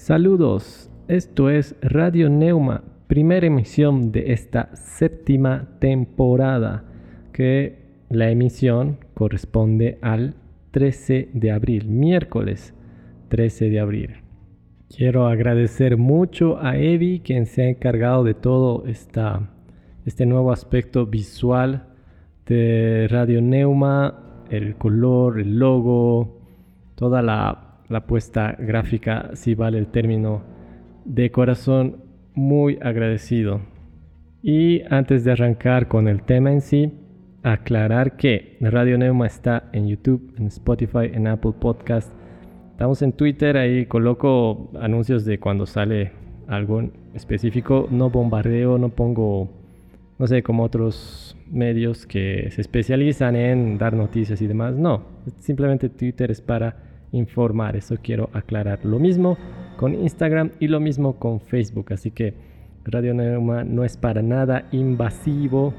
Saludos, esto es Radio Neuma, primera emisión de esta séptima temporada, que la emisión corresponde al 13 de abril, miércoles 13 de abril. Quiero agradecer mucho a Evi, quien se ha encargado de todo este nuevo aspecto visual de Radio Neuma, el color, el logo, toda la puesta gráfica, si vale el término. De corazón muy agradecido. Y antes de arrancar con el tema en sí, aclarar que Radio Neuma está en YouTube, en Spotify, en Apple Podcast. Estamos en Twitter, ahí coloco anuncios de cuando sale algo específico. No bombardeo, no pongo, no sé, como otros medios que se especializan en dar noticias y demás. No, simplemente Twitter es para informar, eso quiero aclarar. Lo mismo con Instagram y lo mismo con Facebook, así que Radio Neuma no es para nada invasivo.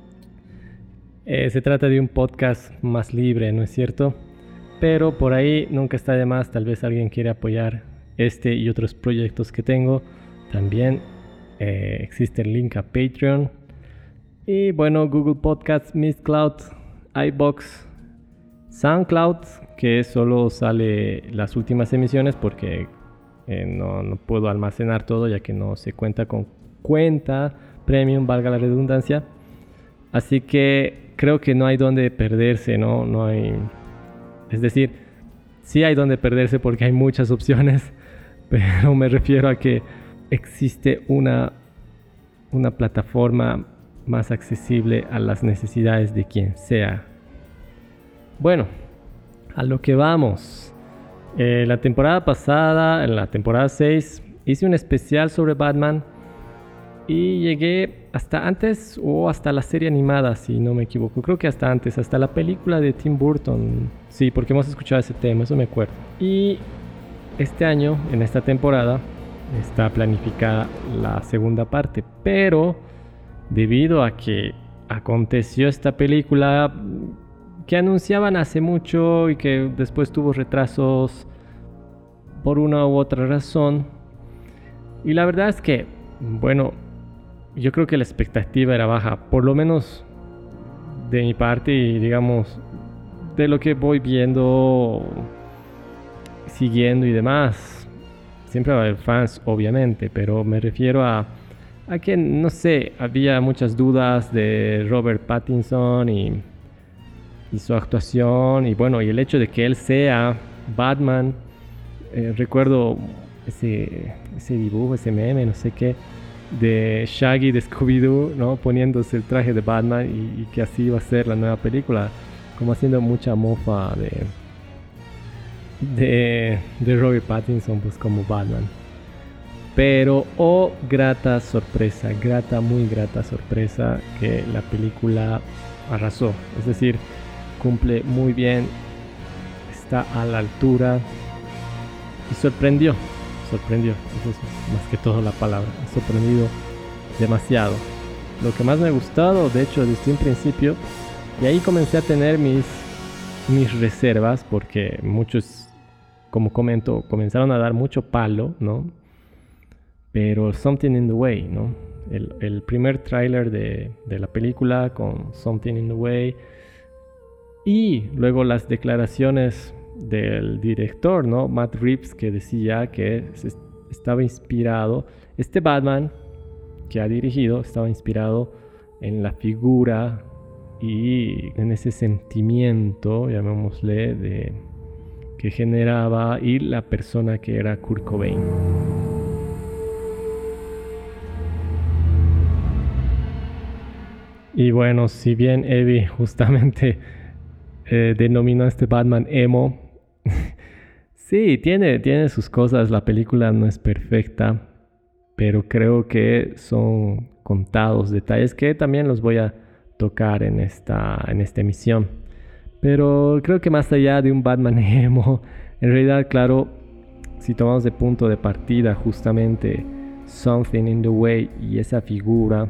Se trata de un podcast más libre, ¿no es cierto? Pero por ahí nunca está de más, tal vez alguien quiere apoyar este y otros proyectos que tengo. También existe el link a Patreon. Y bueno, Google Podcasts, Mixcloud, iVoox, SoundCloud, que solo sale las últimas emisiones porque no puedo almacenar todo, ya que no se cuenta con cuenta premium, valga la redundancia. Así que creo que no hay donde perderse, no hay... Es decir, sí hay donde perderse porque hay muchas opciones, pero me refiero a que existe una plataforma más accesible a las necesidades de quien sea. Bueno, a lo que vamos. La temporada pasada, en la temporada 6, hice un especial sobre Batman y llegué hasta antes o hasta la serie animada, si no me equivoco. Creo que hasta antes, hasta la película de Tim Burton. Sí, porque hemos escuchado ese tema, eso me acuerdo. Y este año, en esta temporada, está planificada la segunda parte, pero debido a que aconteció esta película que anunciaban hace mucho y que después tuvo retrasos por una u otra razón. Y la verdad es que, bueno, yo creo que la expectativa era baja, por lo menos de mi parte y digamos de lo que voy viendo, siguiendo y demás. Siempre va a haber fans, obviamente, pero me refiero a que, no sé, había muchas dudas de Robert Pattinson y su actuación, y bueno, y el hecho de que él sea Batman. Recuerdo ese dibujo, ese meme, no sé qué, de Shaggy de Scooby-Doo, ¿no? Poniéndose el traje de Batman y que así iba a ser la nueva película, como haciendo mucha mofa de Robert Pattinson, pues como Batman. Pero grata sorpresa, muy grata sorpresa, que la película arrasó. Es decir, cumple muy bien, está a la altura y sorprendió. Eso es más que todo la palabra, sorprendido demasiado. Lo que más me ha gustado, de hecho, desde un principio, y ahí comencé a tener mis reservas, porque muchos, como comento, comenzaron a dar mucho palo, ¿no? Pero Something in the Way, ¿no? El primer tráiler de la película con Something in the Way, y luego las declaraciones del director, ¿no? Matt Reeves, que decía que estaba inspirado, este Batman que ha dirigido estaba inspirado en la figura y en ese sentimiento, llamémosle, que generaba y la persona que era Kurt Cobain. Y bueno, si bien Evie justamente denominó a este Batman emo, sí, tiene sus cosas. La película no es perfecta, pero creo que son contados detalles que también los voy a tocar en esta emisión. Pero creo que más allá de un Batman emo, en realidad, claro, si tomamos de punto de partida justamente Something in the Way y esa figura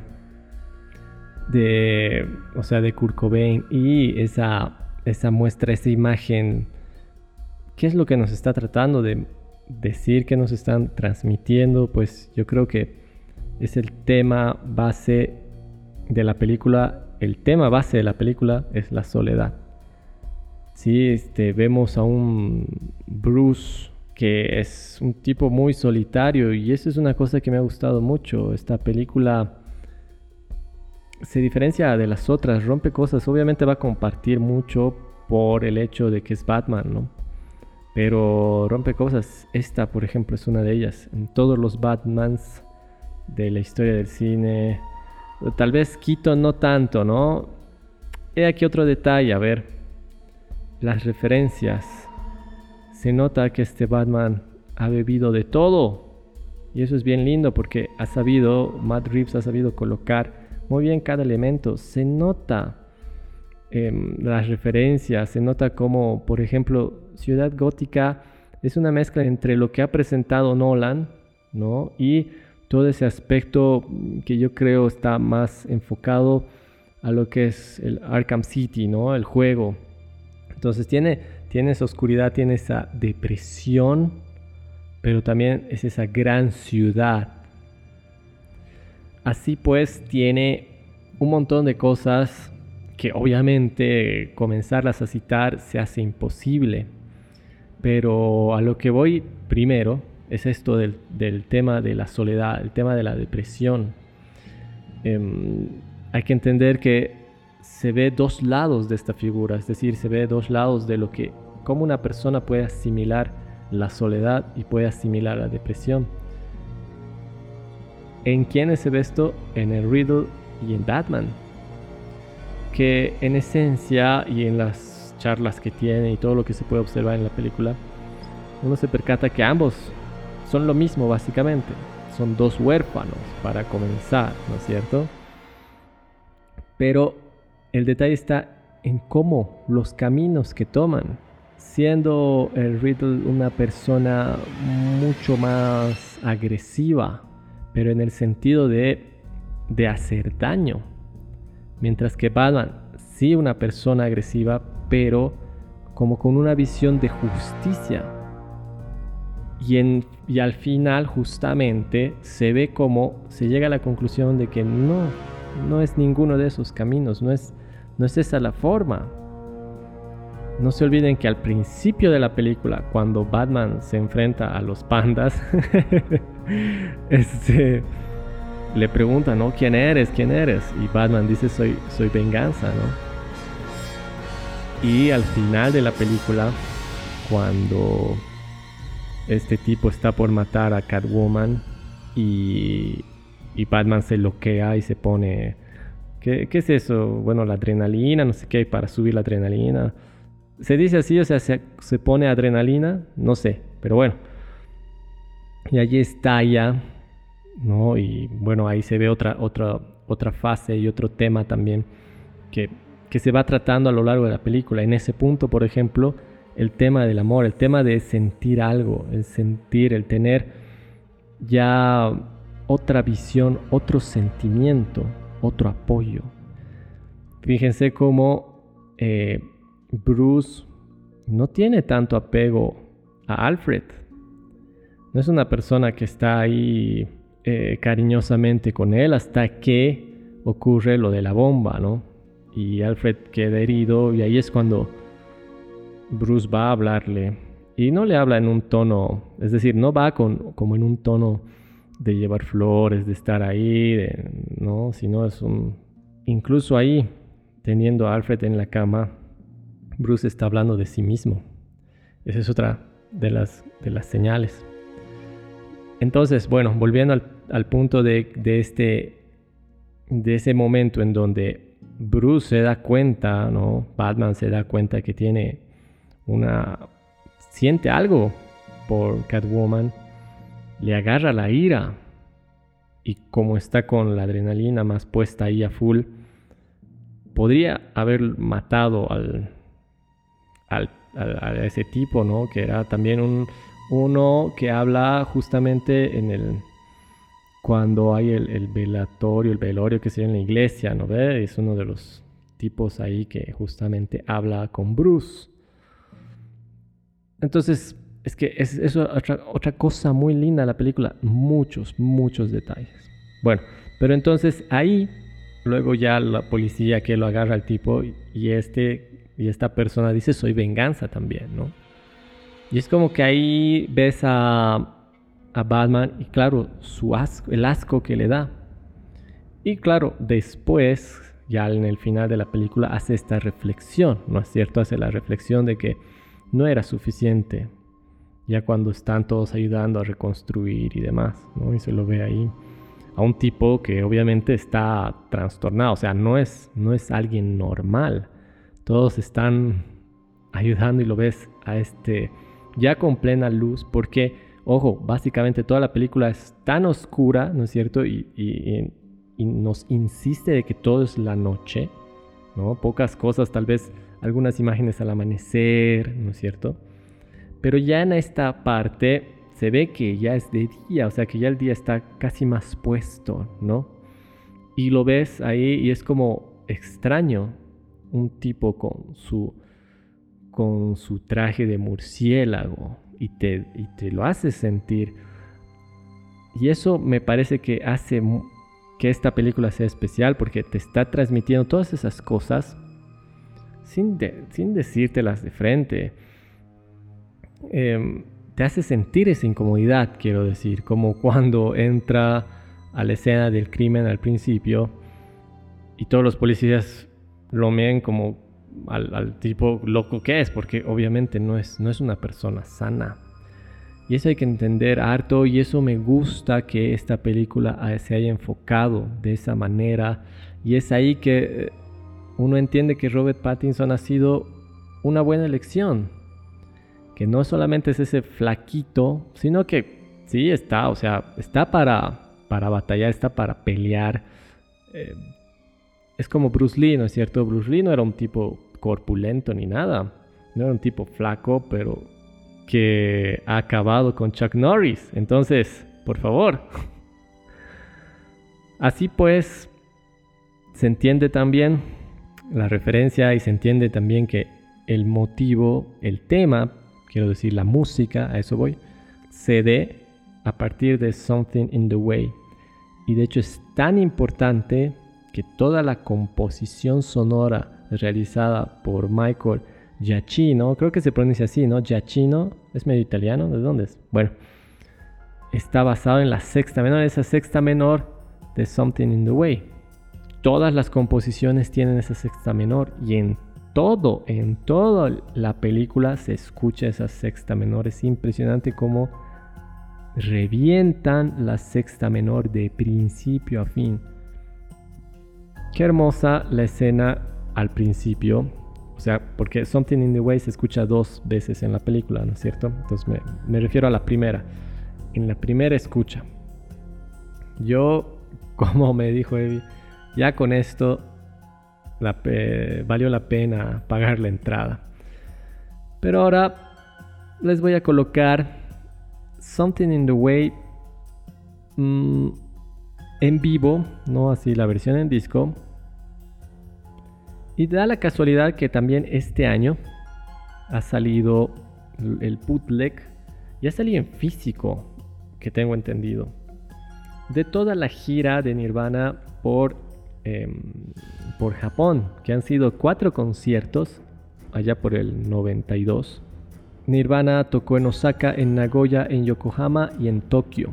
de Kurt Cobain y esa muestra, esa imagen, ¿qué es lo que nos está tratando de decir que nos están transmitiendo, pues yo creo que es el tema base de la película. El tema base de la película es la soledad. Sí, vemos a un Bruce que es un tipo muy solitario, y eso es una cosa que me ha gustado mucho. Esta película se diferencia de las otras, rompe cosas. Obviamente va a compartir mucho por el hecho de que es Batman, ¿no? Pero rompe cosas. Esta, por ejemplo, es una de ellas. En todos los Batmans de la historia del cine, tal vez Keaton no tanto, ¿no? He aquí otro detalle, a ver, las referencias. Se nota que este Batman ha bebido de todo, y eso es bien lindo porque Matt Reeves ha sabido colocar muy bien cada elemento. Se nota las referencias, se nota como, por ejemplo, Ciudad Gótica es una mezcla entre lo que ha presentado Nolan, ¿no? Y todo ese aspecto que yo creo está más enfocado a lo que es el Arkham City, ¿no? El juego. Entonces tiene esa oscuridad, tiene esa depresión, pero también es esa gran ciudad. Así pues, tiene un montón de cosas que obviamente comenzarlas a citar se hace imposible. Pero a lo que voy primero es esto del tema de la soledad, el tema de la depresión. Hay que entender que se ve dos lados de esta figura, es decir, se ve dos lados de cómo una persona puede asimilar la soledad y puede asimilar la depresión. ¿En quiénes se ve esto? En el Riddle y en Batman, que en esencia y en las charlas que tiene y todo lo que se puede observar en la película, uno se percata que ambos son lo mismo básicamente. Son dos huérfanos para comenzar, ¿no es cierto? Pero el detalle está en cómo los caminos que toman. Siendo el Riddle una persona mucho más agresiva, pero en el sentido de hacer daño. Mientras que Batman, sí, una persona agresiva, pero como con una visión de justicia. Y al final justamente se ve como se llega a la conclusión de que no es ninguno de esos caminos, no es esa la forma. No se olviden que al principio de la película, cuando Batman se enfrenta a los pandas, le preguntan, ¿no? ¿Quién eres? Y Batman dice, soy venganza, ¿no? Y al final de la película, cuando este tipo está por matar a Catwoman y Batman se loquea y se pone... ¿Qué es eso? Bueno, la adrenalina, no sé qué, para subir la adrenalina. ¿Se dice así? O sea, ¿se pone adrenalina? No sé, pero bueno. Y allí estalla, ¿no? Y bueno, ahí se ve otra fase y otro tema también que se va tratando a lo largo de la película. En ese punto, por ejemplo, el tema del amor, el tema de sentir algo, el tener ya otra visión, otro sentimiento, otro apoyo. Fíjense cómo Bruce no tiene tanto apego a Alfred. No es una persona que está ahí cariñosamente con él hasta que ocurre lo de la bomba, ¿no? Y Alfred queda herido, y ahí es cuando Bruce va a hablarle. Y no le habla en un tono, es decir, no va como en un tono de llevar flores, de estar ahí, ¿no? Sino es incluso ahí, teniendo a Alfred en la cama, Bruce está hablando de sí mismo. Esa es otra de las señales. Entonces, bueno, volviendo al punto de ese momento en donde Bruce se da cuenta, ¿no? Batman se da cuenta que siente algo por Catwoman, le agarra la ira, y como está con la adrenalina más puesta ahí a full, podría haber matado a ese tipo, ¿no? Que era también uno que habla justamente cuando hay el velorio que se ve en la iglesia, ¿no ve? Es uno de los tipos ahí que justamente habla con Bruce. Entonces, Es que es otra cosa muy linda de la película. Muchos detalles. Bueno, pero entonces ahí, luego ya la policía que lo agarra al tipo y esta persona dice, soy venganza también, ¿no? Y es como que ahí ves a Batman y claro, el asco que le da. Y claro, después, ya en el final de la película, hace esta reflexión, ¿no es cierto? Hace la reflexión de que no era suficiente, ya cuando están todos ayudando a reconstruir y demás, ¿no? Y se lo ve ahí a un tipo que obviamente está trastornado, o sea, no es alguien normal. Todos están ayudando y lo ves a ya con plena luz, porque, ojo, básicamente toda la película es tan oscura, ¿no es cierto? Y nos insiste de que todo es la noche, ¿no? Pocas cosas, tal vez algunas imágenes al amanecer, ¿no es cierto? Pero ya en esta parte se ve que ya es de día, o sea que ya el día está casi más puesto, ¿no? Y lo ves ahí y es como extraño, un tipo con su traje de murciélago y te lo hace sentir. Y eso me parece que hace que esta película sea especial porque te está transmitiendo todas esas cosas sin decírtelas de frente. Te hace sentir esa incomodidad, quiero decir, como cuando entra a la escena del crimen al principio y todos los policías lo ven como al tipo loco que es, porque obviamente no es una persona sana. Y eso hay que entender harto y eso me gusta que esta película se haya enfocado de esa manera. Y es ahí que uno entiende que Robert Pattinson ha sido una buena elección. Que no solamente es ese flaquito, sino que sí está, o sea, está para batallar, está para pelear. Es como Bruce Lee, ¿no es cierto? Bruce Lee no era un tipo corpulento ni nada. No era un tipo flaco, pero que ha acabado con Chuck Norris. Entonces, por favor. Así pues, se entiende también la referencia y se entiende también que el motivo, el tema, quiero decir la música, a eso voy, se dé a partir de Something in the Way. Y de hecho es tan importante que toda la composición sonora realizada por Michael Giacchino, creo que se pronuncia así, ¿no? Giacchino, es medio italiano, ¿de dónde es? Bueno, está basado en la sexta menor, esa sexta menor de Something in the Way. Todas las composiciones tienen esa sexta menor y en toda la película se escucha esa sexta menor. Es impresionante cómo revientan la sexta menor de principio a fin. Qué hermosa la escena al principio. O sea, porque Something in the Way se escucha 2 veces en la película, ¿no es cierto? Entonces me refiero a la primera. En la primera escucha. Yo, como me dijo Evi, ya con esto valió la pena pagar la entrada. Pero ahora les voy a colocar Something in the Way en vivo, no así la versión en disco. Y da la casualidad que también este año ha salido el bootleg y ha salido en físico, que tengo entendido, de toda la gira de Nirvana por Japón, que han sido 4 conciertos allá por el 92. Nirvana tocó en Osaka, en Nagoya, en Yokohama y en Tokio.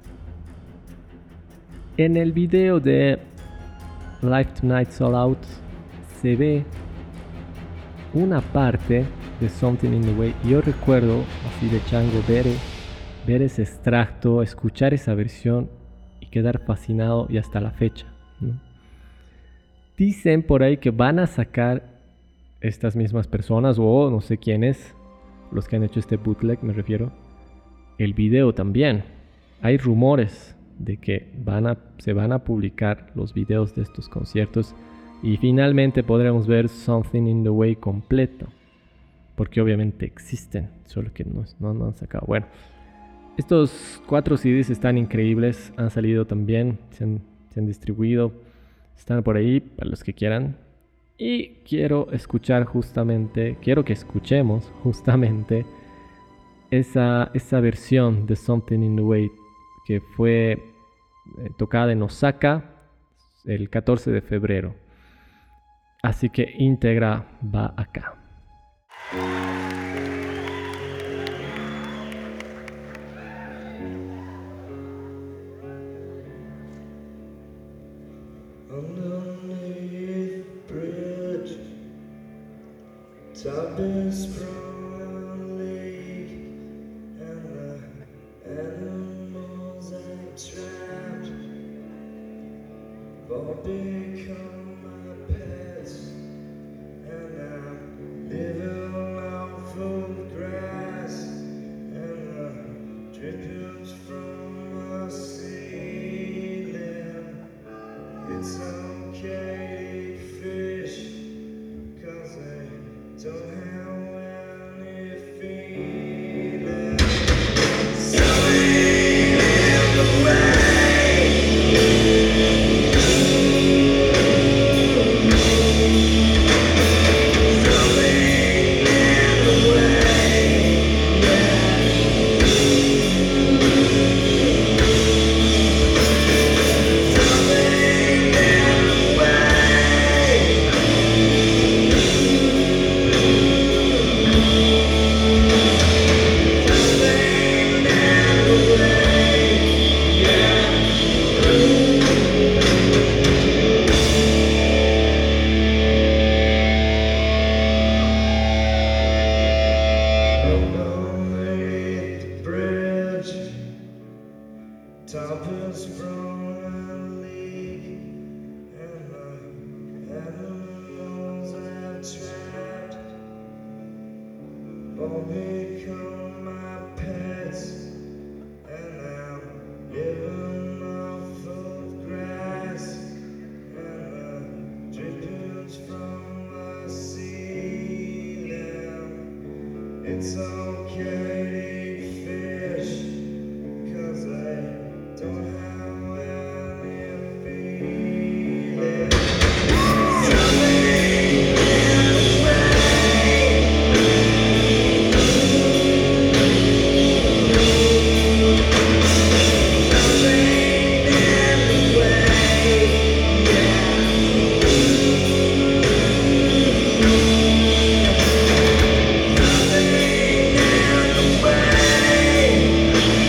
En el video de Live Tonight Sold Out se ve una parte de Something in the Way. Yo recuerdo, así de chango, ver ese extracto, escuchar esa versión y quedar fascinado y hasta la fecha, ¿no? Dicen por ahí que van a sacar estas mismas personas o no sé quiénes, los que han hecho este bootleg me refiero, el video también. Hay rumores de que se van a publicar los videos de estos conciertos y finalmente podremos ver Something in the Way completo, porque obviamente existen, solo que no han sacado. Bueno, estos 4 CDs están increíbles, han salido también, se han distribuido, están por ahí para los que quieran. Y quiero que escuchemos justamente esa versión de Something in the Way que fue tocada en Osaka el 14 de febrero. Así que íntegra va acá. Toppings from the lake and the animals I trapped all become my pets, and I'm living off of grass and the drippings from my ceiling. It's okay to fish, 'cause I don't have any feeling. Something in the way. Something in the way. Something in the way. Toppers from a leak and the animals I've trapped all become my pets, and I'm living off of grass and the drippings from my ceiling. It's okay to eat fish, 'cause I don't have any feeling. Something in the way. Something in the way. Something in the way.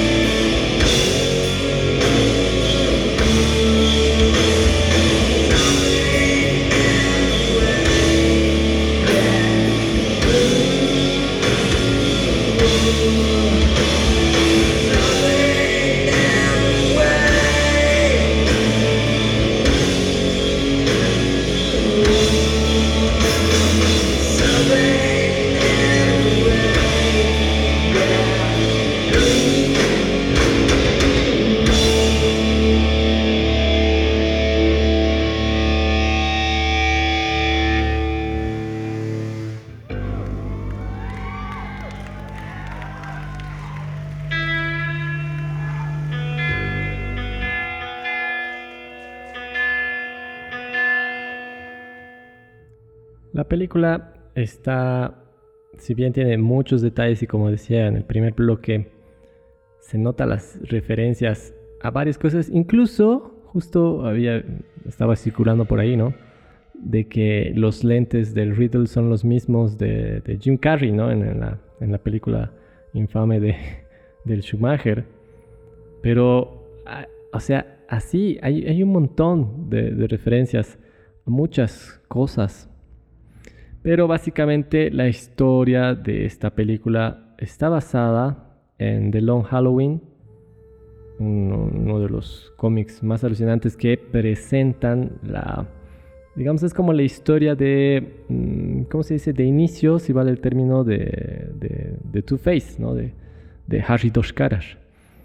La película está, si bien tiene muchos detalles y como decía en el primer bloque, se nota las referencias a varias cosas, incluso justo estaba circulando por ahí, ¿no? De que los lentes del Riddle son los mismos de Jim Carrey, ¿no? En la película infame del Schumacher. Pero, o sea, así hay un montón de referencias a muchas cosas. Pero básicamente la historia de esta película está basada en The Long Halloween, uno de los cómics más alucinantes que presentan digamos, es como la historia de, ¿cómo se dice? De inicio, si vale el término, de Two-Face, ¿no? De Harry Dos Caras.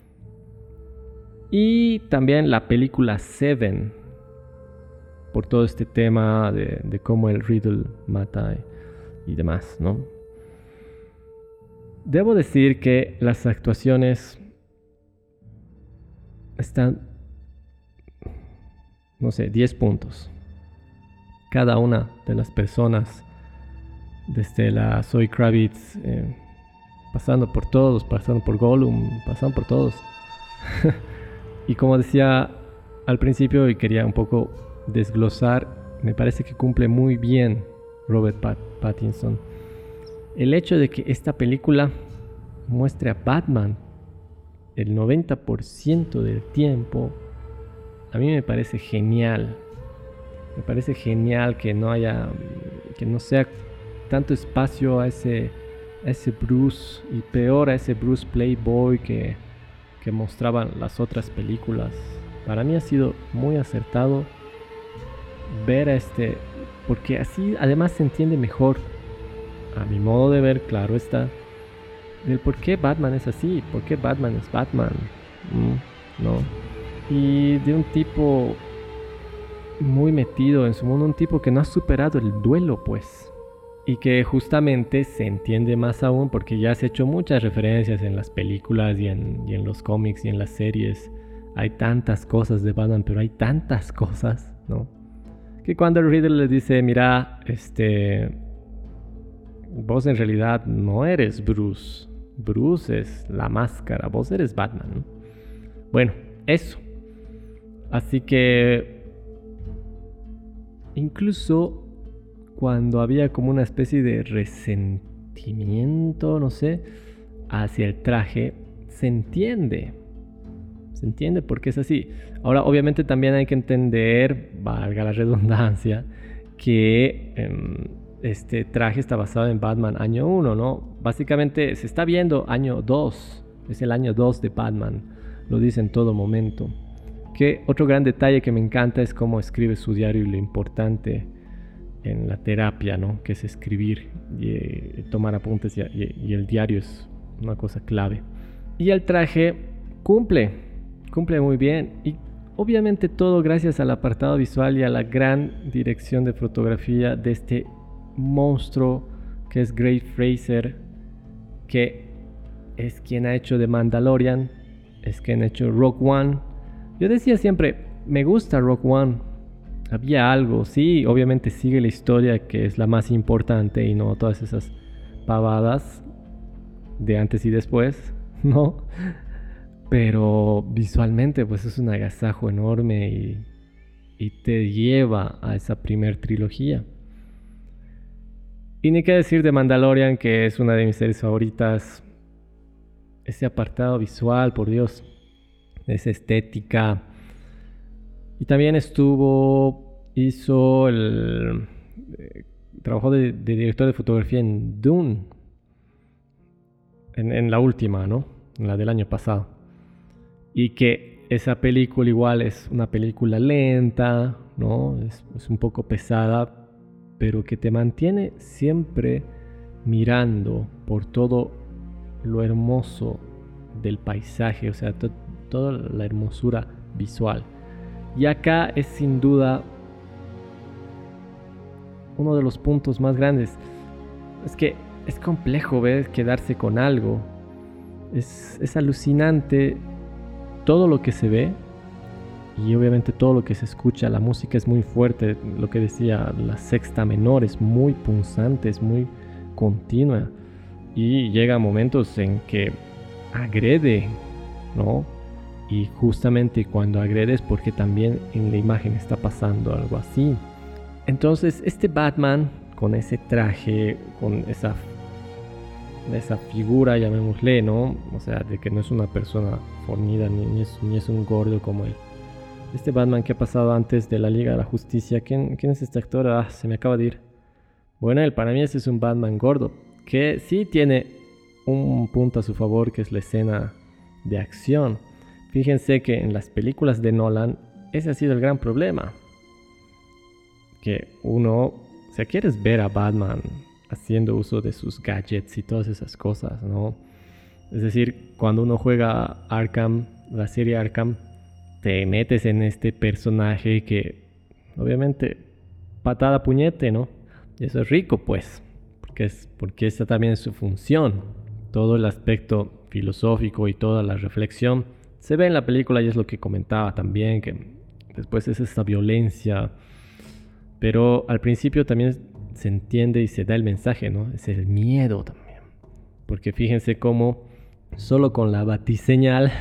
Y también la película Seven, por todo este tema de cómo el Riddle mata y demás, ¿no? Debo decir que las actuaciones están, no sé, 10 puntos. Cada una de las personas, desde la Zoe Kravitz, pasando por todos, pasando por Gollum, pasando por todos. Y como decía al principio y quería un poco desglosar, me parece que cumple muy bien Robert Pattinson. El hecho de que esta película muestre a Batman el 90% del tiempo, a mí me parece genial. Me parece genial que no sea tanto espacio a ese Bruce, y peor a ese Bruce Playboy que mostraban las otras películas. Para mí ha sido muy acertado ver a porque así además se entiende mejor, a mi modo de ver, claro está, del por qué Batman es así, por qué Batman es Batman, ¿no? Y de un tipo muy metido en su mundo, un tipo que no ha superado el duelo, pues. Y que justamente se entiende más aún porque ya se ha hecho muchas referencias en las películas y en los cómics y en las series. Hay tantas cosas de Batman, pero hay tantas cosas, ¿no? Que cuando el Riddler le dice, mira, vos en realidad no eres Bruce. Bruce es la máscara, vos eres Batman, ¿no? Bueno, eso. Así que incluso cuando había como una especie de resentimiento, no sé, hacia el traje, se entiende por qué es así. Ahora, obviamente también hay que entender, valga la redundancia, que este traje está basado en Batman año 1, ¿no? Básicamente se está viendo año 2, es el año 2 de Batman, lo dice en todo momento. Que otro gran detalle que me encanta es cómo escribe su diario y lo importante en la terapia, ¿no? Que es escribir y tomar apuntes, y el diario es una cosa clave. Y el traje cumple muy bien, y obviamente todo gracias al apartado visual y a la gran dirección de fotografía de este monstruo que es Greig Fraser, que es quien ha hecho The Mandalorian, es quien ha hecho Rogue One. Yo decía siempre, me gusta Rogue One. Había algo, sí, obviamente sigue la historia que es la más importante y no todas esas pavadas de antes y después, ¿no? Pero visualmente pues es un agasajo enorme y te lleva a esa primer trilogía. Y ni qué decir de Mandalorian, que es una de mis series favoritas. Ese apartado visual, por Dios, esa estética. Y también hizo trabajó de director de fotografía en Dune, en la última, ¿no? En la del año pasado. Y que esa película igual es una película lenta, ¿no? Es un poco pesada, pero que te mantiene siempre mirando por todo lo hermoso del paisaje, o sea, toda la hermosura visual. Y acá es sin duda uno de los puntos más grandes. Es que es complejo ver quedarse con algo. Es alucinante todo lo que se ve y obviamente todo lo que se escucha. La música es muy fuerte, lo que decía, la sexta menor es muy punzante, es muy continua y llega a momentos en que agrede, ¿no? Y justamente cuando agrede es porque también en la imagen está pasando algo así. Entonces este Batman con ese traje, con esa figura, llamémosle, ¿no? O sea, de que no es una persona fornida ni es un gordo como él. Este Batman que ha pasado antes de la Liga de la Justicia. ¿Quién es este actor? Ah, se me acaba de ir. Bueno, para mí ese es un Batman gordo, que sí tiene un punto a su favor, que es la escena de acción. Fíjense que en las películas de Nolan ese ha sido el gran problema. Que uno, si quieres ver a Batman haciendo uso de sus gadgets y todas esas cosas, ¿no? Es decir, cuando uno juega Arkham, la serie Arkham, te metes en este personaje que obviamente patada puñete, ¿no? Y eso es rico, pues, porque esta también es su función. Todo el aspecto filosófico y toda la reflexión se ve en la película, y es lo que comentaba también, que después es esta violencia, pero al principio también se entiende y se da el mensaje, ¿no? Es el miedo también. Porque fíjense cómo solo con la batiseñal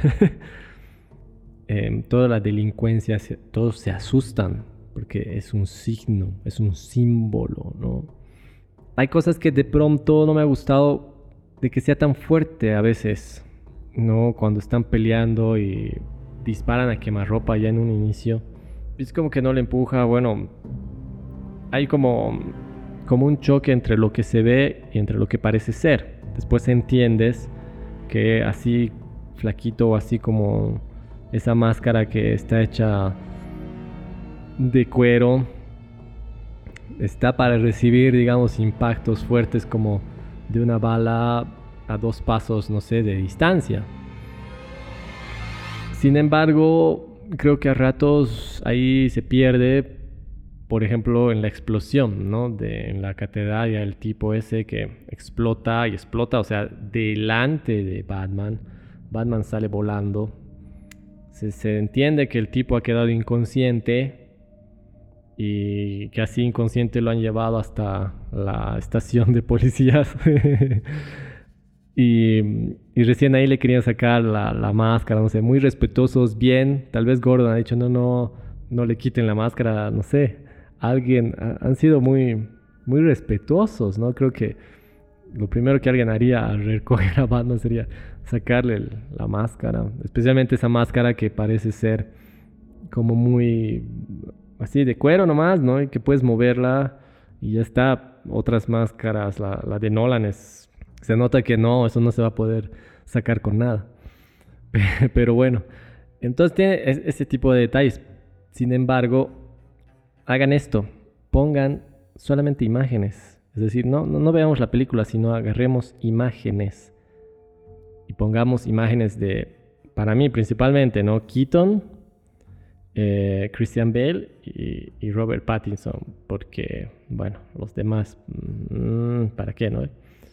toda la delincuencia, todos se asustan, porque es un signo, es un símbolo, ¿no? Hay cosas que de pronto no me ha gustado de que sea tan fuerte a veces, ¿no? Cuando están peleando y disparan a quemarropa ya en un inicio. Es como que no le empuja, bueno, hay como un choque entre lo que se ve y entre lo que parece ser. Después entiendes que así flaquito o así como esa máscara que está hecha de cuero está para recibir, digamos, impactos fuertes como de una bala a 2 pasos, no sé, de distancia. Sin embargo, creo que a ratos ahí se pierde, por ejemplo, en la explosión, ¿no? En la catedral, el tipo ese que explota y explota, o sea, delante de Batman. Batman sale volando. Se entiende que el tipo ha quedado inconsciente y que así inconsciente lo han llevado hasta la estación de policías. Y recién ahí le querían sacar la máscara, no sé, muy respetuosos, bien. Tal vez Gordon ha dicho, no le quiten la máscara, no sé. Han sido muy, muy respetuosos, ¿no? Creo que lo primero que alguien haría al recoger a Batman sería sacarle la máscara. Especialmente esa máscara que parece ser como muy así de cuero nomás, ¿no? Y que puedes moverla y ya está. Otras máscaras, la de Nolan se nota que no, eso no se va a poder sacar con nada. Pero bueno, entonces tiene ese tipo de detalles. Sin embargo, hagan esto, pongan solamente imágenes. Es decir, no veamos la película, sino agarremos imágenes. Y pongamos imágenes de, para mí principalmente, ¿no? Keaton, Christian Bale y Robert Pattinson. Porque, bueno, los demás, ¿para qué, no?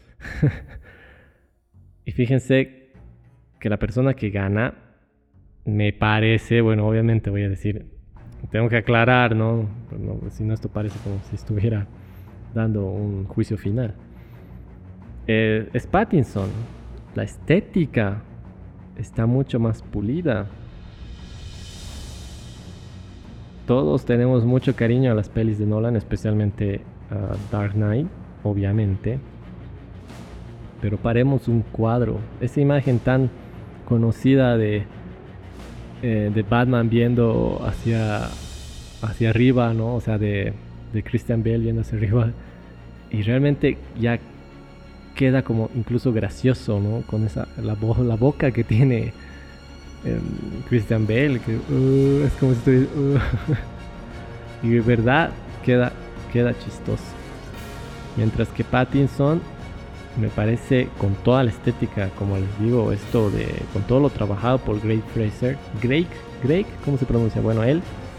Y fíjense que la persona que gana, me parece, bueno, obviamente voy a decir, tengo que aclarar, ¿no? Si no, esto parece como si estuviera dando un juicio final. Es Pattinson. La estética está mucho más pulida. Todos tenemos mucho cariño a las pelis de Nolan, especialmente a Dark Knight, obviamente. Pero paremos un cuadro. Esa imagen tan conocida de Batman viendo hacia arriba, ¿no? O sea, de Christian Bale viendo hacia arriba. Y realmente ya queda como incluso gracioso, ¿no? Con la boca que tiene Christian Bale, que es como si estuviera... y de verdad queda chistoso. Mientras que Pattinson me parece, con toda la estética, como les digo, con todo lo trabajado por Greig Fraser, Greig, ¿cómo se pronuncia? Bueno, él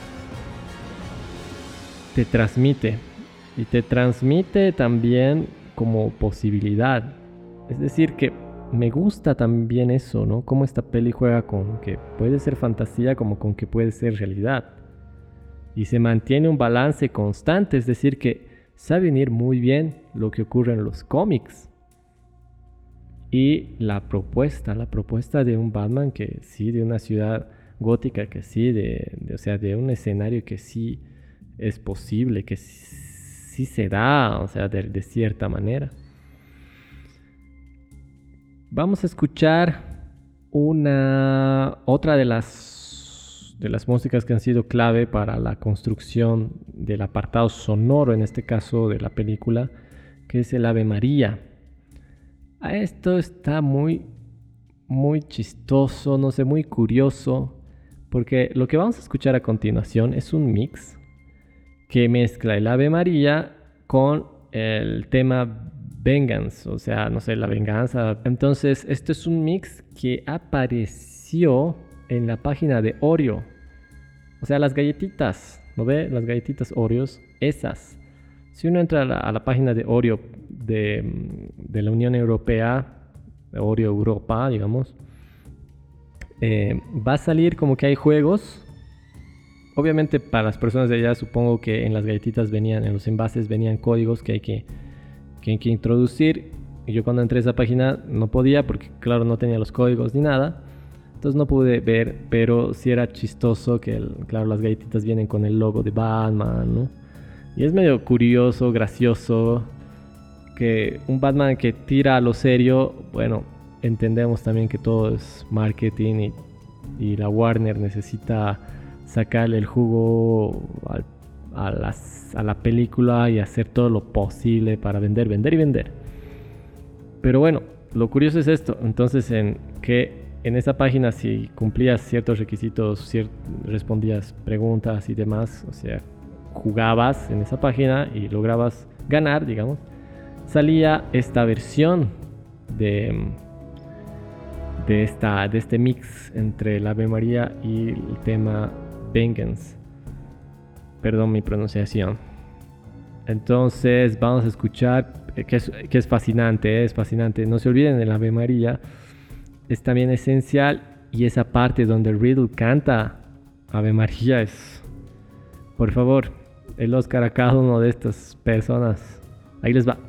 te transmite, y te transmite también como posibilidad. Es decir, que me gusta también eso, ¿no? Cómo esta peli juega con que puede ser fantasía como con que puede ser realidad. Y se mantiene un balance constante, es decir, que sabe unir muy bien lo que ocurre en los cómics y la propuesta de un Batman que sí, de una ciudad gótica, que sí, o sea, de un escenario que sí es posible, que sí se da, o sea, de cierta manera. Vamos a escuchar otra de las músicas que han sido clave para la construcción del apartado sonoro, en este caso de la película, que es el Ave María. Esto está muy, muy chistoso, no sé, muy curioso, porque lo que vamos a escuchar a continuación es un mix que mezcla el Ave María con el tema Vengeance, o sea, no sé, la venganza. Entonces, esto es un mix que apareció en la página de Oreo. O sea, las galletitas, ¿no ve? Las galletitas Oreos, esas. Si uno entra a la página de Oreo de la Unión Europea, Oreo Europa, digamos, va a salir como que hay juegos. Obviamente para las personas de allá supongo que en las galletitas en los envases venían códigos que hay que introducir. Y yo cuando entré a esa página no podía porque claro no tenía los códigos ni nada. Entonces no pude ver, pero sí era chistoso que, claro, las galletitas vienen con el logo de Batman, ¿no? Y es medio curioso, gracioso, que un Batman que tira a lo serio, bueno, entendemos también que todo es marketing y la Warner necesita sacarle el jugo a la película y hacer todo lo posible para vender, vender y vender. Pero bueno, lo curioso es esto, entonces en esa página si cumplías ciertos requisitos, respondías preguntas y demás, o sea, jugabas en esa página y lograbas ganar, digamos, salía esta versión de este mix entre el Ave María y el tema Vengeance. Perdón mi pronunciación. Entonces vamos a escuchar, que es fascinante, es fascinante. No se olviden del Ave María, es también esencial, y esa parte donde Riddle canta Ave María es, por favor, el Oscar a cada una de estas personas. Ahí les va.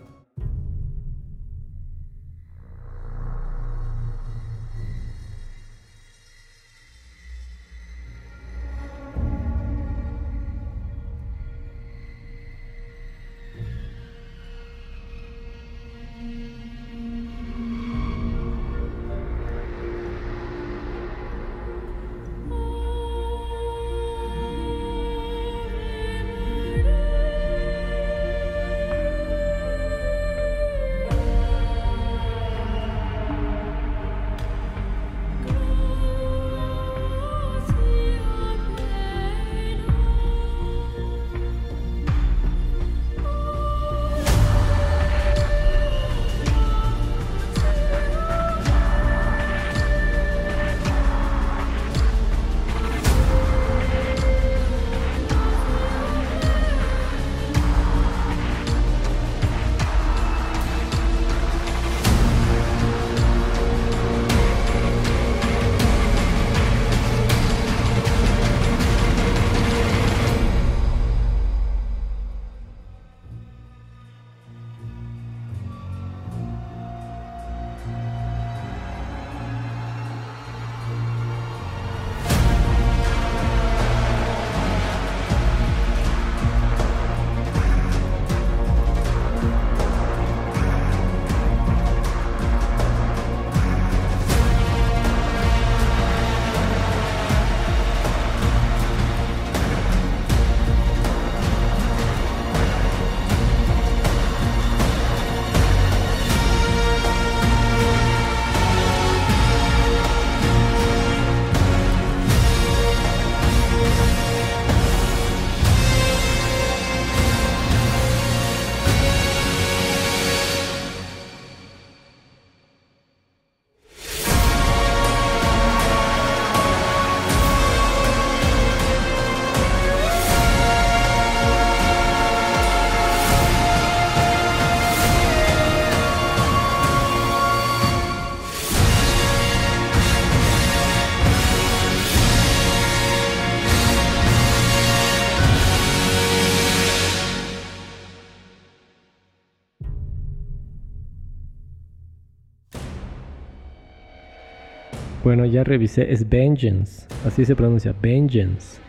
Bueno, ya revisé, es Vengeance, así se pronuncia, Vengeance.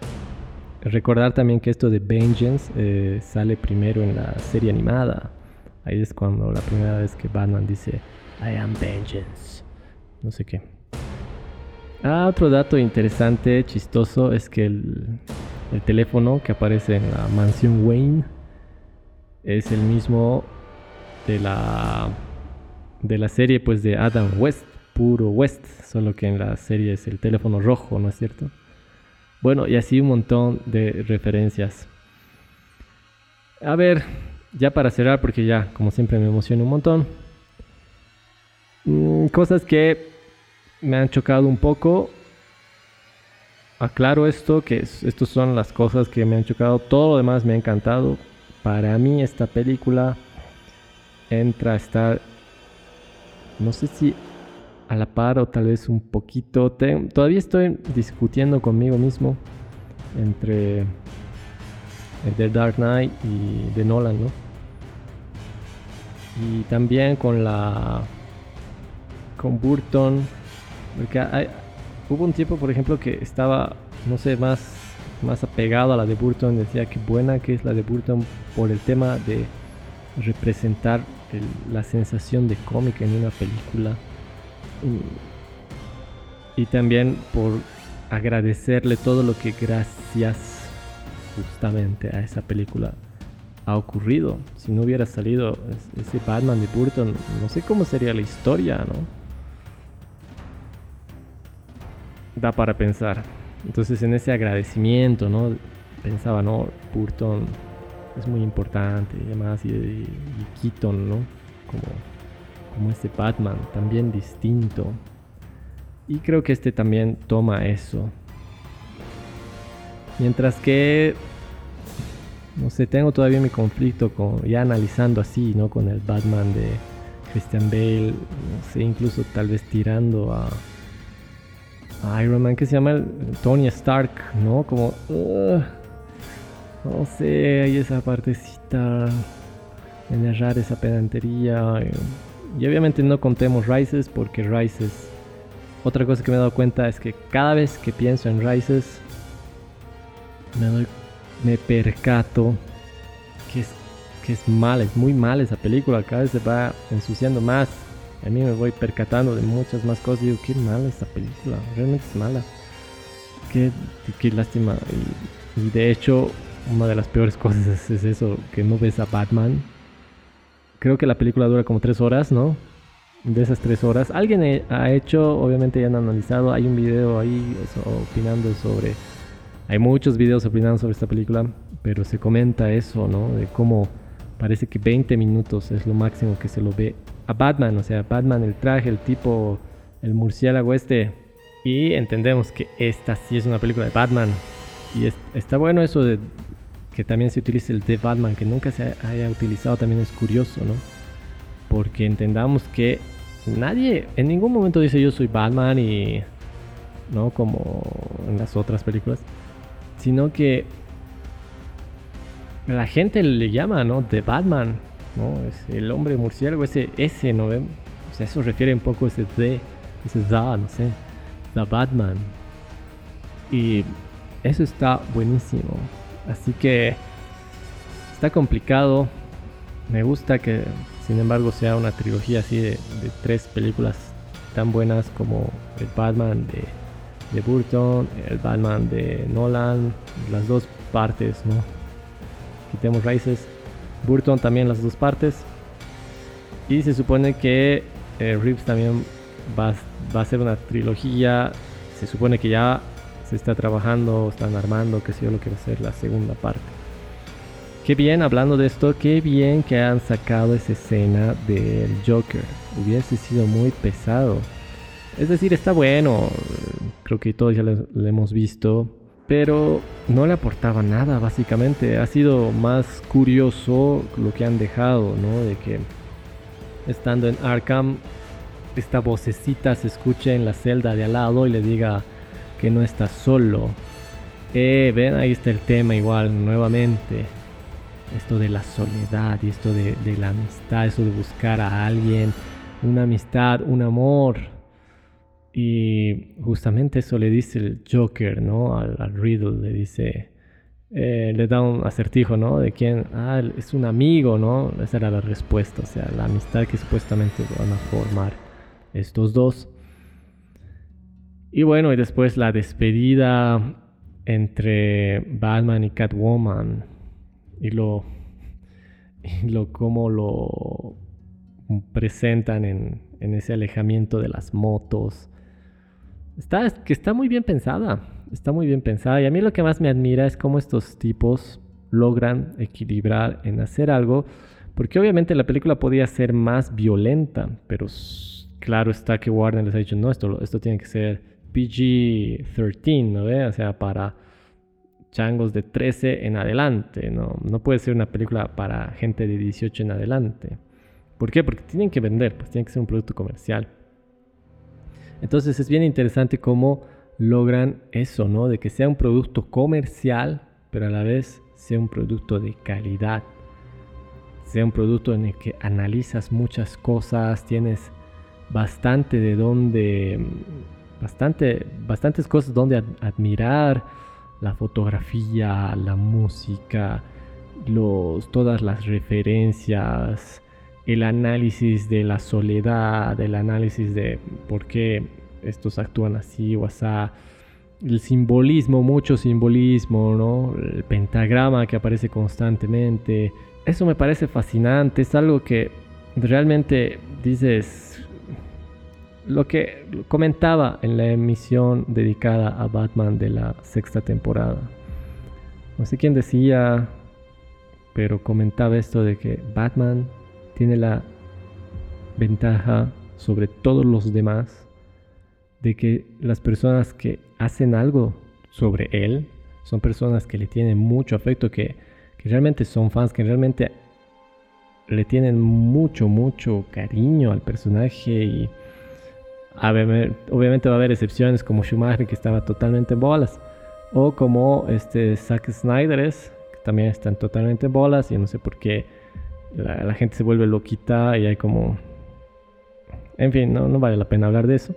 Recordar también que esto de Vengeance sale primero en la serie animada. Ahí es cuando la primera vez que Batman dice I am Vengeance, no sé qué. Otro dato interesante, chistoso, es que el teléfono que aparece en la mansión Wayne es el mismo de la serie, pues, de Adam West, puro West, solo que en la serie es el teléfono rojo, ¿no es cierto? Bueno, y así un montón de referencias. A ver, ya para cerrar, porque ya, como siempre, me emociona un montón. Cosas que me han chocado un poco. Aclaro esto, que estas son las cosas que me han chocado. Todo lo demás me ha encantado. Para mí esta película entra a estar, no sé si a la par o tal vez un poquito. Todavía estoy discutiendo conmigo mismo entre The Dark Knight y de Nolan, ¿no? Y también con Burton, porque hubo un tiempo, por ejemplo, que estaba, no sé, más apegado a la de Burton. Decía que buena que es la de Burton por el tema de representar la sensación de cómic en una película. Y también por agradecerle todo lo que gracias justamente a esa película ha ocurrido. Si no hubiera salido ese Batman de Burton, no sé cómo sería la historia, ¿no? Da para pensar. Entonces en ese agradecimiento, ¿no? Pensaba, ¿no? Burton es muy importante y demás, y Keaton, ¿no? Como este Batman, también distinto. Y creo que este también toma eso. Mientras que, no sé, tengo todavía mi conflicto ya analizando así, ¿no? Con el Batman de Christian Bale, no sé, incluso tal vez tirando a Iron Man, que se llama Tony Stark, ¿no? Como, no sé, hay esa partecita de narrar esa pedantería. Y obviamente no contemos Rises, porque Rises, otra cosa que me he dado cuenta es que cada vez que pienso en Rises, me percato que es mala, es muy mala esa película. Cada vez se va ensuciando más. A mí me voy percatando de muchas más cosas y digo, qué mala esta película, realmente es mala. Qué lástima. Y de hecho, una de las peores cosas es eso, que no ves a Batman. Creo que la película dura como 3 horas, ¿no? De esas 3 horas, alguien ha hecho, obviamente ya han analizado, hay un video ahí opinando sobre... Hay muchos videos opinando sobre esta película, pero se comenta eso, ¿no? De cómo parece que 20 minutos es lo máximo que se lo ve a Batman. O sea, Batman, el traje, el tipo, el murciélago este. Y entendemos que esta sí es una película de Batman. Y está bueno eso de que también se utilice el de Batman, que nunca se haya utilizado, también es curioso, ¿no? Porque entendamos que nadie en ningún momento dice yo soy Batman y... ¿no? Como en las otras películas. Sino que la gente le llama, ¿no? The Batman, ¿no? Es el hombre murciélago, ese, ¿no? O sea, eso refiere un poco a ese da, no sé, The Batman. Y eso está buenísimo. Así que está complicado. Me gusta que, sin embargo, sea una trilogía así de 3 películas tan buenas como el Batman de Burton, el Batman de Nolan, las 2 partes, ¿no? Quitemos Rises. Burton también las 2 partes. Y se supone que Reeves también va a hacer una trilogía. Se supone que ya se está trabajando, están armando, qué sé yo, lo que va a ser la segunda parte. Qué bien, hablando de esto, qué bien que han sacado esa escena del Joker. Hubiese sido muy pesado. Es decir, está bueno, creo que todos ya lo hemos visto, pero no le aportaba nada básicamente. Ha sido más curioso lo que han dejado, ¿no? De que estando en Arkham, esta vocecita se escuche en la celda de al lado y le diga que no está solo. Ven, ahí está el tema igual, nuevamente. Esto de la soledad y esto de la amistad, eso de buscar a alguien, una amistad, un amor. Y justamente eso le dice el Joker, ¿no? Al Riddle le dice, le da un acertijo, ¿no? De quién, es un amigo, ¿no? Esa era la respuesta, o sea, la amistad que supuestamente van a formar estos dos. Y bueno, y después la despedida entre Batman y Catwoman y cómo lo presentan en ese alejamiento de las motos. Está muy bien pensada. Está muy bien pensada. Y a mí lo que más me admira es cómo estos tipos logran equilibrar en hacer algo. Porque obviamente la película podía ser más violenta. Pero claro está que Warner les ha dicho, no, esto tiene que ser PG-13, ¿no? O sea, para changos de 13 en adelante. No puede ser una película para gente de 18 en adelante. ¿Por qué? Porque tienen que vender, pues tiene que ser un producto comercial. Entonces es bien interesante cómo logran eso, ¿no? De que sea un producto comercial, pero a la vez sea un producto de calidad. sea un producto en el que analizas muchas cosas, tienes bastante de dónde, bastantes cosas donde admirar, la fotografía, la música, todas las referencias, el análisis de la soledad, el análisis de por qué estos actúan así o así, el simbolismo, mucho simbolismo, ¿no? El pentagrama que aparece constantemente. Eso me parece fascinante, es algo que realmente dices, lo que comentaba en la emisión dedicada a Batman de la sexta temporada. No sé quién decía, pero comentaba esto de que Batman tiene la ventaja sobre todos los demás de que las personas que hacen algo sobre él son personas que le tienen mucho afecto, que realmente son fans, que realmente le tienen mucho cariño al personaje. Y obviamente va a haber excepciones como Schumacher, que estaba totalmente en bolas, o como Zack Snyder, que también están totalmente en bolas, y no sé por qué la gente se vuelve loquita y hay como... En fin, no vale la pena hablar de eso.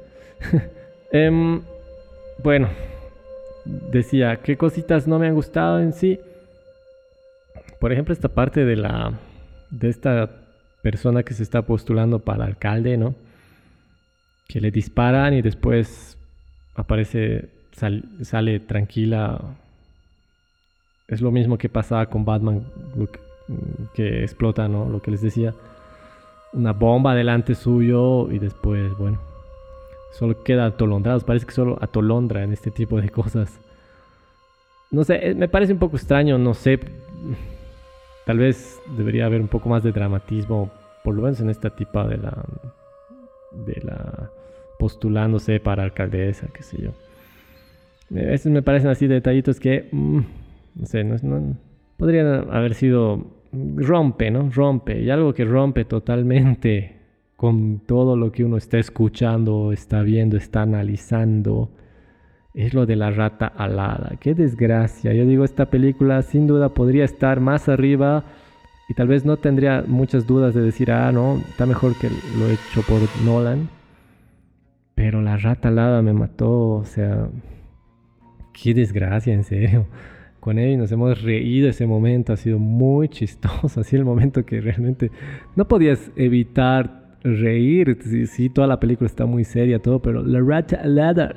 Bueno, decía, ¿qué cositas no me han gustado en sí? Por ejemplo, esta parte de esta persona que se está postulando para alcalde, ¿no? Que le disparan y después aparece, sale tranquila. Es lo mismo que pasaba con Batman, que explota, ¿no? Lo que les decía, una bomba delante suyo y después, bueno, solo queda atolondrado. Parece que solo atolondra en este tipo de cosas. No sé, me parece un poco extraño, no sé. Tal vez debería haber un poco más de dramatismo, por lo menos en esta tipa de la postulándose para alcaldesa, qué sé yo. Estos me parecen así detallitos que, no sé, no podrían haber sido... Rompe, ¿no? Rompe. Y algo que rompe totalmente con todo lo que uno está escuchando, está viendo, está analizando, es lo de la rata alada. Qué desgracia. Yo digo, esta película sin duda podría estar más arriba y tal vez no tendría muchas dudas de decir, no, está mejor que lo hecho por Nolan. Pero la rata alada me mató, o sea, qué desgracia, en serio. Con él nos hemos reído ese momento, ha sido muy chistoso, así el momento que realmente no podías evitar reír. Sí, toda la película está muy seria, todo, pero la rata alada,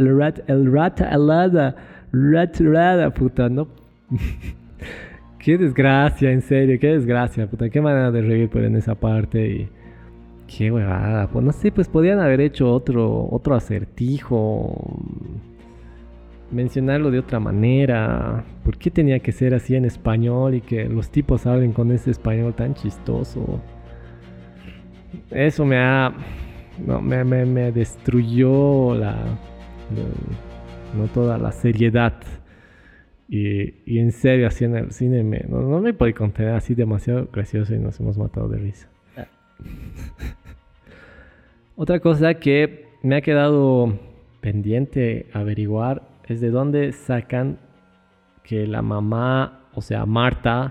puta, no. Qué desgracia, en serio, qué desgracia, puta, qué manera de reír por en esa parte y qué huevada. Pues no sé, pues podían haber hecho otro acertijo, mencionarlo de otra manera. ¿Por qué tenía que ser así en español y que los tipos hablen con ese español tan chistoso? Eso me destruyó no toda la seriedad. Y en serio, así en el cine no me puede contener, así demasiado gracioso y nos hemos matado de risa. Otra cosa que me ha quedado pendiente averiguar es de dónde sacan que la mamá, o sea, Marta,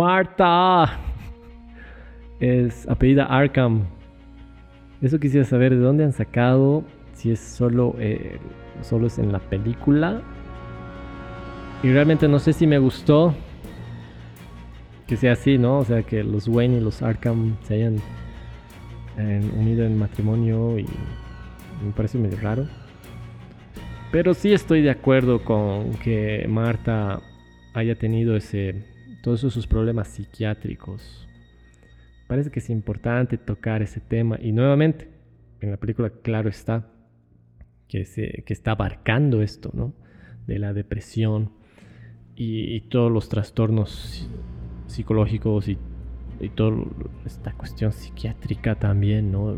es apellida Arkham. Eso quisiera saber de dónde han sacado, si es solo es en la película. Y realmente no sé si me gustó que sea así, ¿no? O sea, que los Wayne y los Arkham se hayan unido en matrimonio, y me parece medio raro. Pero sí estoy de acuerdo con que Marta haya tenido todos esos problemas psiquiátricos. Parece que es importante tocar ese tema. Y nuevamente, en la película, claro está, que está abarcando esto, ¿no? De la depresión y todos los trastornos psicológicos y toda esta cuestión psiquiátrica también, ¿no?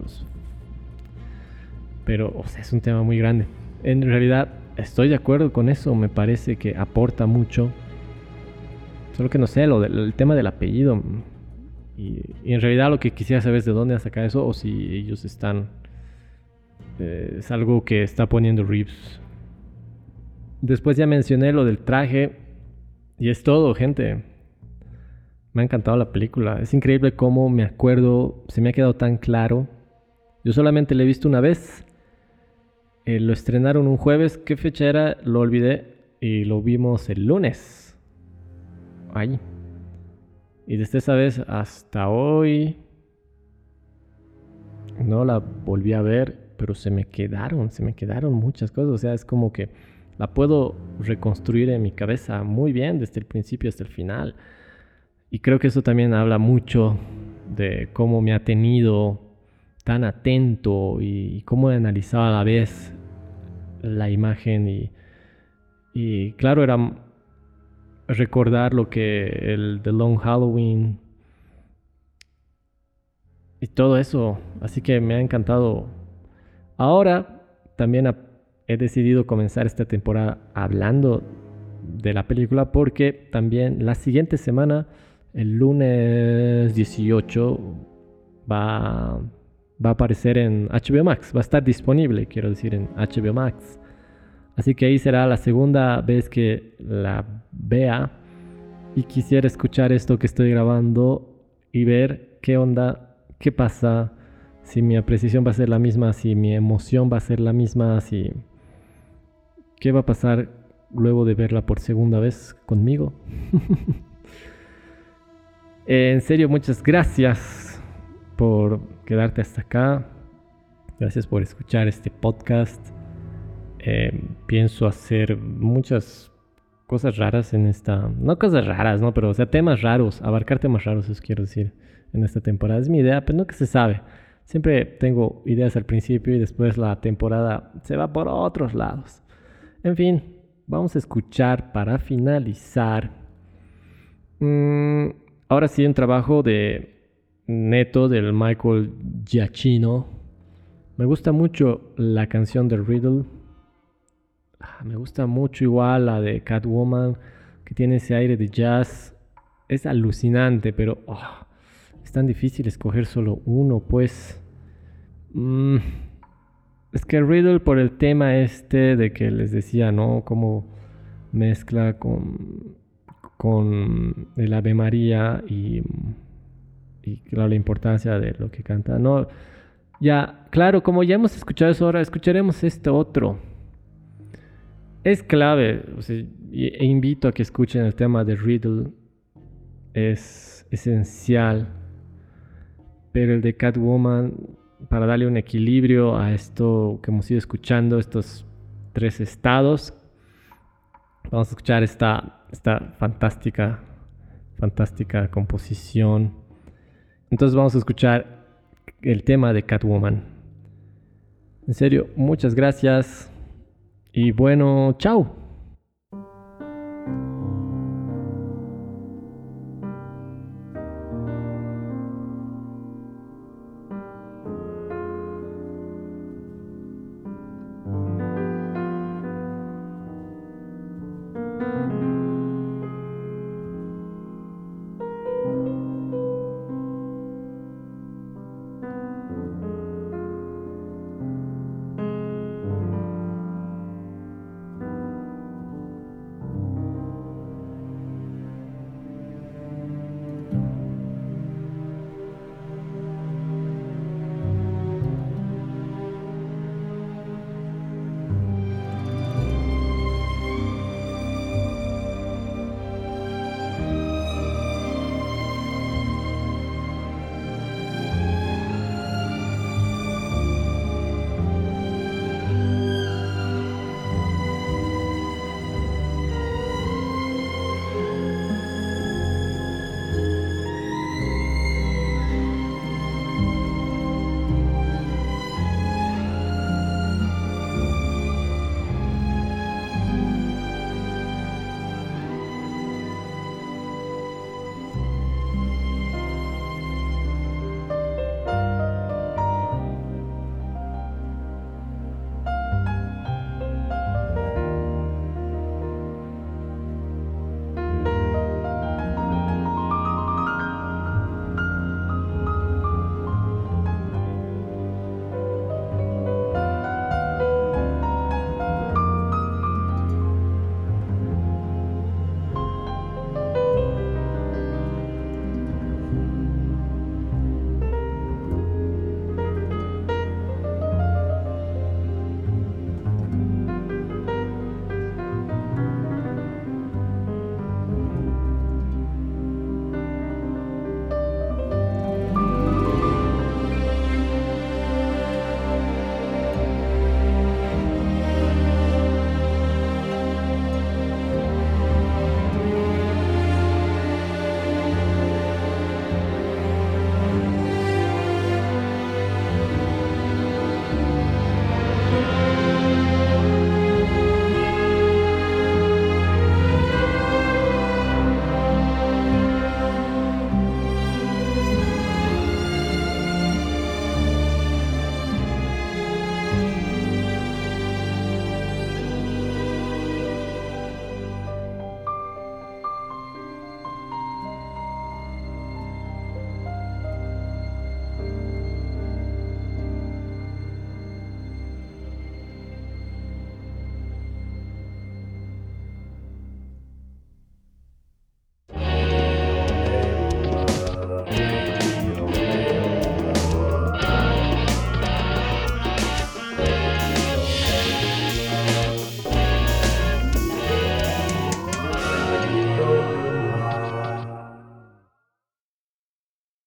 Pero, o sea, es un tema muy grande. En realidad, estoy de acuerdo con eso, me parece que aporta mucho. Solo que no sé, el tema del apellido. Y en realidad lo que quisiera saber es de dónde han sacado eso, o si ellos están... es algo que está poniendo Reeves. Después ya mencioné lo del traje. Y es todo, gente. Me ha encantado la película. Es increíble cómo me acuerdo, se me ha quedado tan claro. Yo solamente la he visto una vez. Lo estrenaron un jueves. ¿Qué fecha era? Lo olvidé. Y lo vimos el lunes. Ay. Y desde esa vez hasta hoy no la volví a ver, pero se me quedaron muchas cosas. O sea, es como que la puedo reconstruir en mi cabeza muy bien desde el principio hasta el final. Y creo que eso también habla mucho de cómo me ha tenido tan atento y cómo he analizado a la vez la imagen y claro, era recordar lo que el The Long Halloween y todo eso. Así que me ha encantado. Ahora también he decidido comenzar esta temporada hablando de la película porque también la siguiente semana, el lunes 18, va a aparecer en HBO Max. Va a estar disponible, quiero decir, en HBO Max. Así que ahí será la segunda vez que la vea y quisiera escuchar esto que estoy grabando y ver qué onda, qué pasa, si mi apreciación va a ser la misma, si mi emoción va a ser la misma, si qué va a pasar luego de verla por segunda vez conmigo. En serio, muchas gracias por quedarte hasta acá. Gracias por escuchar este podcast. Pienso hacer muchas cosas raras en esta... No cosas raras, ¿no? Pero, o sea, temas raros. Abarcar temas raros, eso quiero decir, en esta temporada. Es mi idea, pero no que se sabe. Siempre tengo ideas al principio y después la temporada se va por otros lados. En fin, vamos a escuchar para finalizar. Ahora sí, un trabajo neto del Michael Giacchino. Me gusta mucho la canción de Riddle. Me gusta mucho igual la de Catwoman, que tiene ese aire de jazz. Es alucinante, pero es tan difícil escoger solo uno, pues. Es que Riddle, por el tema este de que les decía, ¿no? Cómo mezcla con el Ave María y claro, la importancia de lo que canta. No, ya, claro, como ya hemos escuchado eso, ahora escucharemos este otro. Es clave, o sea, e invito a que escuchen el tema de Riddle. Es esencial. Pero el de Catwoman, para darle un equilibrio a esto que hemos ido escuchando, estos tres estados, vamos a escuchar esta fantástica composición. Entonces vamos a escuchar el tema de Catwoman. En serio, muchas gracias. Y bueno, chao.